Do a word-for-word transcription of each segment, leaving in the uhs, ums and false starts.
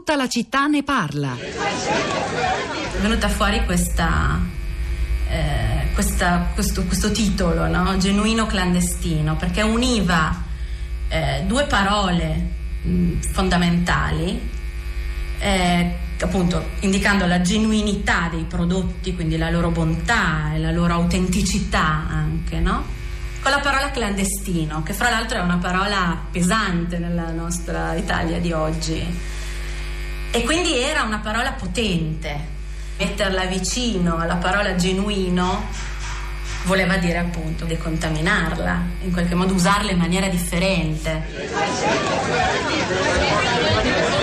Tutta la città ne parla. È venuta fuori questa, eh, questa, questo, questo titolo, no? Genuino clandestino, perché univa eh, due parole mh, fondamentali, eh, appunto indicando la genuinità dei prodotti, quindi la loro bontà e la loro autenticità anche, no? Con la parola clandestino, che fra l'altro è una parola pesante nella nostra Italia di oggi, e quindi era una parola potente. Metterla vicino alla parola genuino voleva dire appunto decontaminarla, in qualche modo usarla in maniera differente.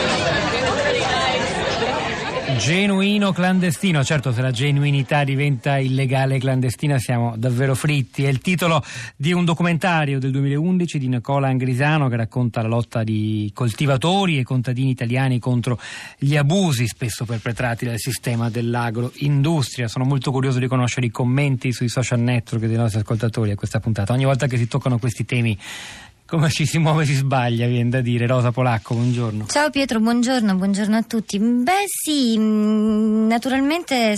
Genuino clandestino, certo, se la genuinità diventa illegale clandestina siamo davvero fritti. È il titolo di un documentario del duemilaundici di Nicola Angrisano che racconta la lotta di coltivatori e contadini italiani contro gli abusi spesso perpetrati dal sistema dell'agroindustria. Sono molto curioso di conoscere i commenti sui social network dei nostri ascoltatori a questa puntata. Ogni volta che si toccano questi temi, come ci si muove si sbaglia, viene da dire. Rosa Polacco, buongiorno. Ciao Pietro, buongiorno, buongiorno a tutti. Beh sì, naturalmente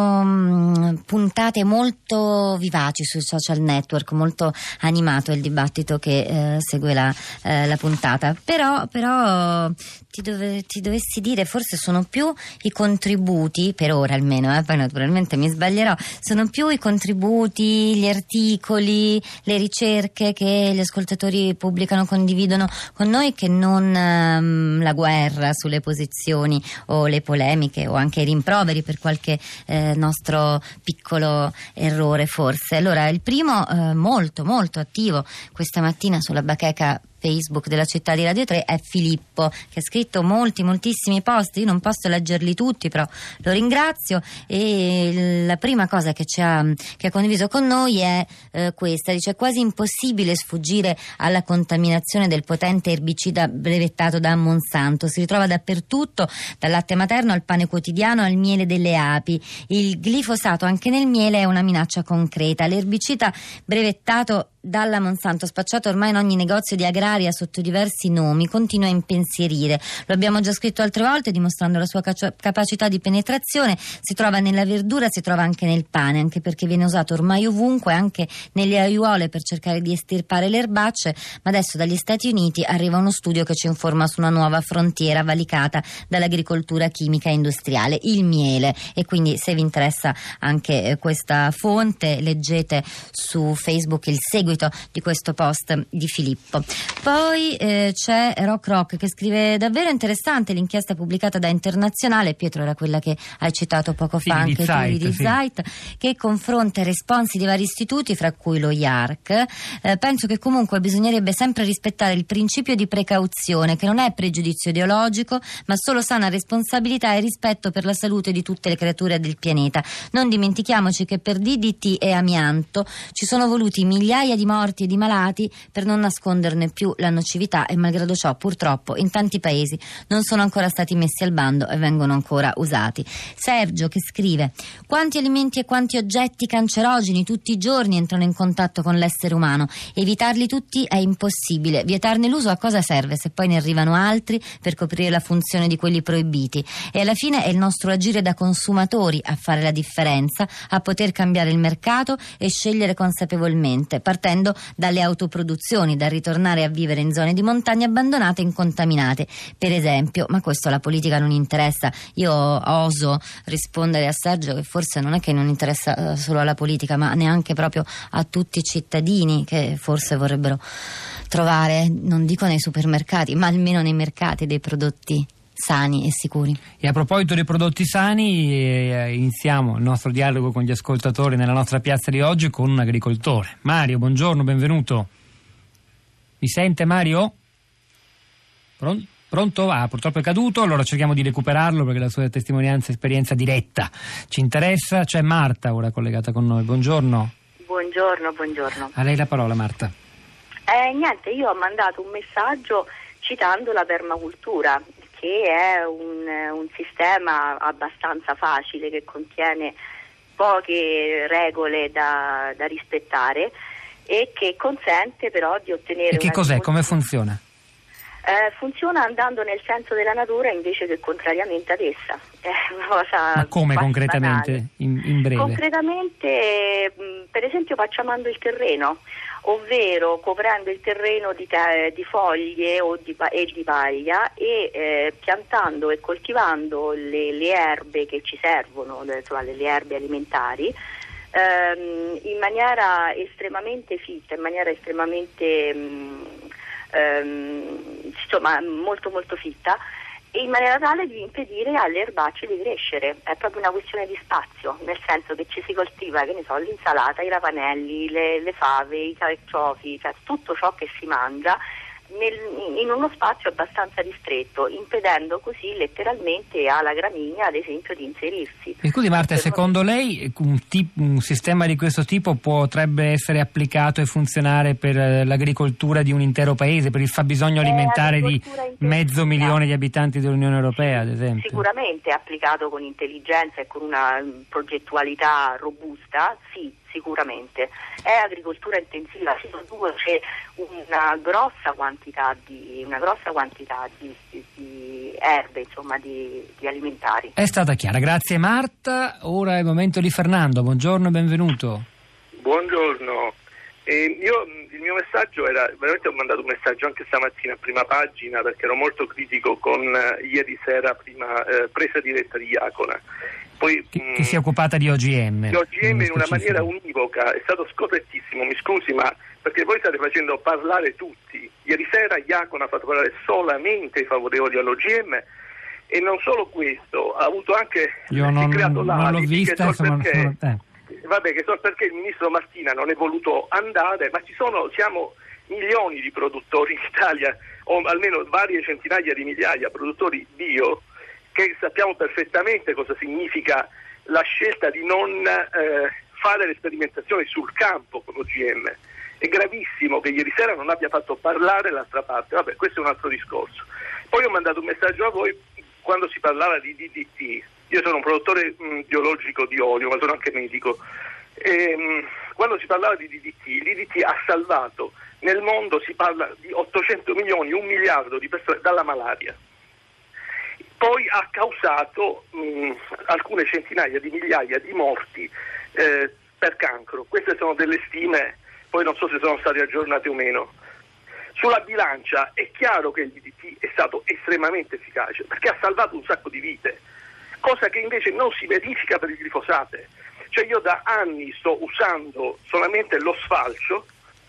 sono puntate molto vivaci sui social network, molto animato il dibattito che eh, segue la, eh, la puntata, però, però ti, dove, ti dovessi dire, forse sono più i contributi, per ora almeno, eh, poi naturalmente mi sbaglierò, sono più i contributi, gli articoli, le ricerche che gli ascoltatori pubblicano, condividono con noi, che non ehm, la guerra sulle posizioni o le polemiche o anche i rimproveri per qualche eh, nostro piccolo errore forse. Allora, il primo eh, molto molto attivo questa mattina sulla bacheca Facebook della città di Radio tre è Filippo, che ha scritto molti moltissimi post. Io non posso leggerli tutti, però lo ringrazio, e la prima cosa che ci ha, che ha condiviso con noi è eh, questa: dice: è quasi impossibile sfuggire alla contaminazione del potente erbicida brevettato da Monsanto, si ritrova dappertutto, dal latte materno al pane quotidiano al miele delle api. Il glifosato anche nel miele è una minaccia concreta. L'erbicida brevettato dalla Monsanto, spacciato ormai in ogni negozio di agraria sotto diversi nomi, continua a impensierire. Lo abbiamo già scritto altre volte, dimostrando la sua cacio- capacità di penetrazione. Si trova nella verdura, si trova anche nel pane, anche perché viene usato ormai ovunque, anche nelle aiuole per cercare di estirpare le erbacce. Ma adesso dagli Stati Uniti arriva uno studio che ci informa su una nuova frontiera valicata dall'agricoltura chimica industriale, il miele. E quindi, se vi interessa anche eh, questa fonte, leggete su Facebook il seguito di questo post di Filippo. Poi eh, c'è Rock Rock che scrive: davvero interessante l'inchiesta pubblicata da Internazionale. Pietro, era quella che hai citato poco fa, sì, anche tu, di Zeit, sì, che confronta i responsi di vari istituti, fra cui lo I A R C. Eh, penso che comunque bisognerebbe sempre rispettare il principio di precauzione, che non è pregiudizio ideologico, ma solo sana responsabilità e rispetto per la salute di tutte le creature del pianeta. Non dimentichiamoci che per D D T e amianto ci sono voluti migliaia di morti e di malati per non nasconderne più la nocività, e malgrado ciò purtroppo in tanti paesi non sono ancora stati messi al bando e vengono ancora usati. Sergio che scrive: quanti alimenti e quanti oggetti cancerogeni tutti i giorni entrano in contatto con l'essere umano, evitarli tutti è impossibile, vietarne l'uso a cosa serve se poi ne arrivano altri per coprire la funzione di quelli proibiti? E alla fine è il nostro agire da consumatori a fare la differenza, a poter cambiare il mercato e scegliere consapevolmente, partendo dalle autoproduzioni, da ritornare a vivere in zone di montagna abbandonate e incontaminate, per esempio. Ma questo alla politica non interessa. Io oso rispondere a Sergio che forse non è che non interessa solo alla politica, ma neanche proprio a tutti i cittadini, che forse vorrebbero trovare, non dico nei supermercati, ma almeno nei mercati, dei prodotti sani e sicuri. E a proposito dei prodotti sani, eh, iniziamo il nostro dialogo con gli ascoltatori nella nostra piazza di oggi con un agricoltore. Mario, buongiorno, benvenuto. Mi sente Mario? Pronto? Pronto? Ah, purtroppo è caduto, allora cerchiamo di recuperarlo perché la sua testimonianza e esperienza diretta ci interessa. C'è Marta ora collegata con noi, buongiorno. Buongiorno, buongiorno. A lei la parola, Marta. Eh, niente, io ho mandato un messaggio citando la permacultura, che è un, un sistema abbastanza facile, che contiene poche regole da, da rispettare e che consente però di ottenere... E che cos'è? Come funziona? Eh, funziona andando nel senso della natura invece che contrariamente ad essa. È una cosa. Ma come concretamente, in, in breve? Concretamente, mh, per esempio facciamando il terreno, ovvero coprendo il terreno di, te, di foglie o di, e di paglia e eh, piantando e coltivando le, le erbe che ci servono, le, insomma, le, le erbe alimentari, ehm, in maniera estremamente fitta, in maniera estremamente mh, ehm, insomma molto molto fitta, e in maniera tale di impedire alle erbacce di crescere. È proprio una questione di spazio, nel senso che ci si coltiva, che ne so, l'insalata, i ravanelli, le, le fave, i carciofi, cioè tutto ciò che si mangia nel, in uno spazio abbastanza ristretto, impedendo così letteralmente alla gramigna, ad esempio, di inserirsi. E quindi Marta, per secondo lei un, tip, un sistema di questo tipo potrebbe essere applicato e funzionare per l'agricoltura di un intero paese, per il fabbisogno alimentare di mezzo milione di abitanti dell'Unione Europea, ad esempio? Sicuramente applicato con intelligenza e con una progettualità robusta, sì, sicuramente. È agricoltura intensiva, si produce una grossa quantità di una grossa quantità di, di, di erbe, insomma, di, di alimentari. È stata chiara, grazie Marta. Ora è il momento di Fernando. Buongiorno e benvenuto. Buongiorno. Eh, io il mio messaggio era, veramente ho mandato un messaggio anche stamattina a prima pagina, perché ero molto critico con eh, ieri sera prima eh, presa diretta di Iacona. Poi, che, mh, che si è occupata di O G M. Di O G M in una maniera univoca, è stato scorrettissimo, mi scusi, ma perché voi state facendo parlare tutti. Ieri sera Iacona ha fatto parlare solamente i favorevoli all'O G M, e non solo questo, ha avuto anche Io non, creato non l'ho vista, che so insomma, perché, eh. vabbè, che so perché il ministro Martina non è voluto andare, ma ci sono, siamo milioni di produttori in Italia, o almeno varie centinaia di migliaia di produttori bio, che sappiamo perfettamente cosa significa la scelta di non eh, fare le sperimentazioni sul campo con O G M. È gravissimo che ieri sera non abbia fatto parlare l'altra parte, vabbè, questo è un altro discorso. Poi ho mandato un messaggio a voi quando si parlava di D D T. Io sono un produttore mh, biologico di olio, ma sono anche medico. E, mh, quando si parlava di D D T, l'I D T ha salvato, nel mondo si parla di ottocento milioni, un miliardo di persone dalla malaria. Poi ha causato mh, alcune centinaia di migliaia di morti eh, per cancro. Queste sono delle stime, poi non so se sono state aggiornate o meno. Sulla bilancia è chiaro che il D D T è stato estremamente efficace, perché ha salvato un sacco di vite, cosa che invece non si verifica per il glifosate. Cioè io da anni sto usando solamente lo sfalcio,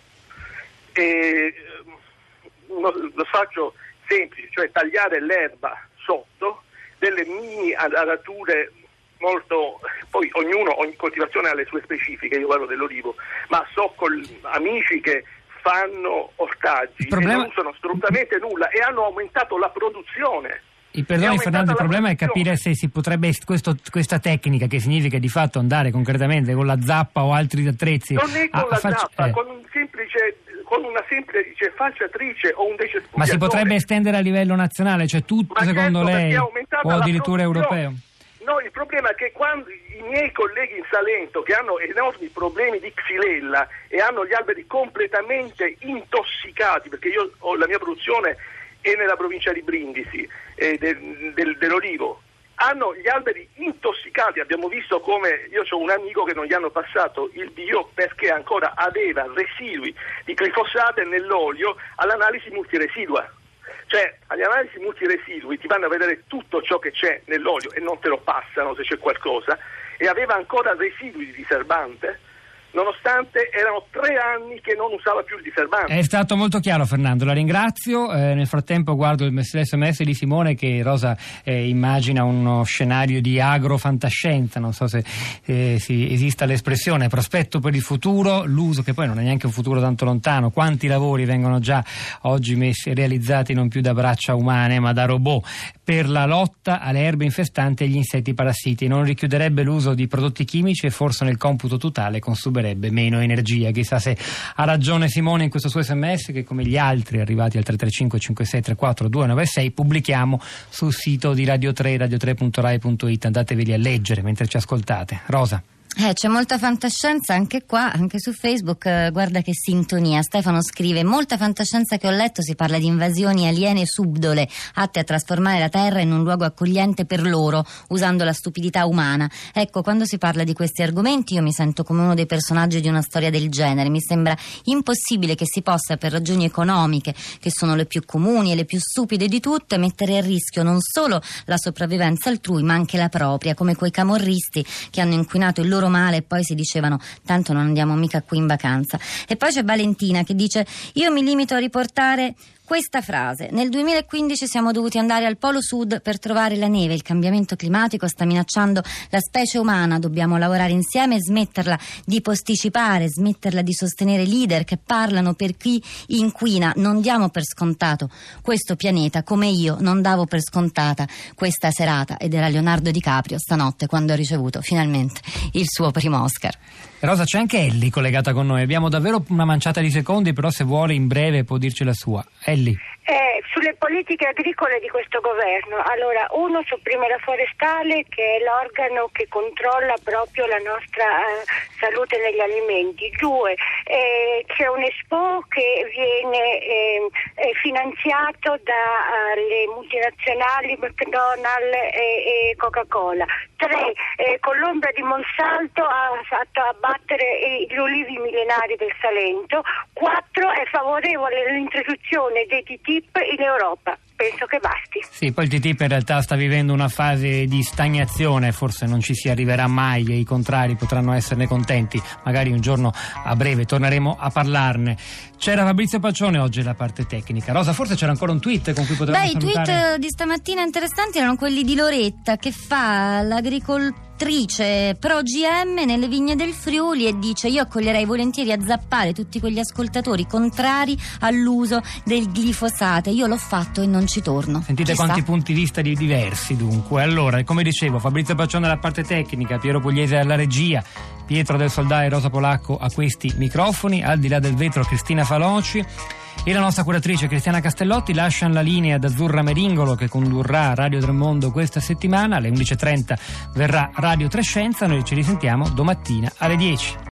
e uno, lo sfalcio semplice, cioè tagliare l'erba sotto, delle mini arature molto, poi ognuno, ogni coltivazione ha le sue specifiche, io parlo dell'olivo, ma so con amici che fanno ortaggi problema... e non usano assolutamente nulla e hanno aumentato la produzione. Il perdone Fernando, il problema è capire se si potrebbe questo, questa tecnica, che significa di fatto andare concretamente con la zappa o altri attrezzi. Non è con a, la a farci, zappa, eh. con un semplice, con una semplice falciatrice o un decespugliatore. Ma si potrebbe estendere a livello nazionale, cioè tutto Ma secondo certo, lei, o addirittura europeo? No, il problema è che quando i miei colleghi in Salento, che hanno enormi problemi di xylella e hanno gli alberi completamente intossicati, perché io ho la mia produzione è nella provincia di Brindisi, eh, del, del, dell'olivo, hanno gli alberi intossicati. Abbiamo visto come, io ho un amico che non gli hanno passato il bio perché ancora aveva residui di glifosate nell'olio all'analisi multiresidua. Cioè, agli analisi multiresidui ti vanno a vedere tutto ciò che c'è nell'olio e non te lo passano se c'è qualcosa, e aveva ancora residui di diserbante, nonostante erano tre anni che non usava più il diserbante. È stato molto chiaro Fernando, la ringrazio. Eh, nel frattempo guardo il S M S di Simone che Rosa eh, immagina uno scenario di agrofantascienza, non so se eh, si, esista l'espressione, prospetto per il futuro, l'uso, che poi non è neanche un futuro tanto lontano, quanti lavori vengono già oggi messi, realizzati non più da braccia umane ma da robot, per la lotta alle erbe infestanti e agli insetti parassiti. Non richiuderebbe l'uso di prodotti chimici e forse nel computo totale consumerebbe meno energia. Chissà se ha ragione Simone in questo suo S M S, che come gli altri arrivati al tre tre cinque cinque sei tre quattro due nove sei pubblichiamo sul sito di Radio tre, radio tre punto rai punto it. Andateveli a leggere mentre ci ascoltate. Rosa. Eh, c'è molta fantascienza anche qua, anche su Facebook, eh, guarda che sintonia. Stefano scrive: molta fantascienza che ho letto, si parla di invasioni aliene subdole atte a trasformare la Terra in un luogo accogliente per loro, usando la stupidità umana. Ecco, quando si parla di questi argomenti io mi sento come uno dei personaggi di una storia del genere. Mi sembra impossibile che si possa, per ragioni economiche, che sono le più comuni e le più stupide di tutte, mettere a rischio non solo la sopravvivenza altrui ma anche la propria, come quei camorristi che hanno inquinato il loro male e poi si dicevano tanto non andiamo mica qui in vacanza. E poi c'è Valentina che dice: io mi limito a riportare questa frase: nel duemilaquindici siamo dovuti andare al Polo Sud per trovare la neve, il cambiamento climatico sta minacciando la specie umana, dobbiamo lavorare insieme e smetterla di posticipare, smetterla di sostenere leader che parlano per chi inquina. Non diamo per scontato questo pianeta come io non davo per scontata questa serata. Ed era Leonardo DiCaprio stanotte quando ha ricevuto finalmente il suo primo Oscar. Rosa, c'è anche Ellie collegata con noi, abbiamo davvero una manciata di secondi, però se vuole in breve può dirci la sua. Ellie. Eh, sulle politiche agricole di questo governo, allora uno sopprime la forestale, che è l'organo che controlla proprio la nostra eh, salute negli alimenti. Due, eh, c'è un Expo che viene eh, eh, finanziato dalle uh, multinazionali McDonald's e, e Coca-Cola. Tre, eh, con l'ombra di Monsanto ha fatto abbattere gli ulivi millenari del Salento. Quattro, è favorevole all'introduzione dei T T I P in Europa. Penso che basti. Sì, poi il T T I P in realtà sta vivendo una fase di stagnazione, forse non ci si arriverà mai e i contrari potranno esserne contenti, magari un giorno a breve torneremo a parlarne. C'era Fabrizio Paccione oggi la parte tecnica. Rosa, forse c'era ancora un tweet con cui potevamo Beh, salutare. i tweet di stamattina interessanti erano quelli di Loretta che fa l'agricoltrice pro G M nelle vigne del Friuli e dice: io accoglierei volentieri a zappare tutti quegli ascoltatori contrari all'uso del glifosato, io l'ho fatto e non ci torno. Sentite Chissà. quanti punti di vista di diversi dunque. Allora, come dicevo, Fabrizio Paccione alla parte tecnica, Piero Pugliese alla regia, Pietro del Soldà e Rosa Polacco a questi microfoni, al di là del vetro Cristina Faloci e la nostra curatrice Cristiana Castellotti lasciano la linea ad Azzurra Meringolo che condurrà Radio Tremondo questa settimana. Alle undici e trenta verrà Radio Trescenza, noi ci risentiamo domattina alle dieci.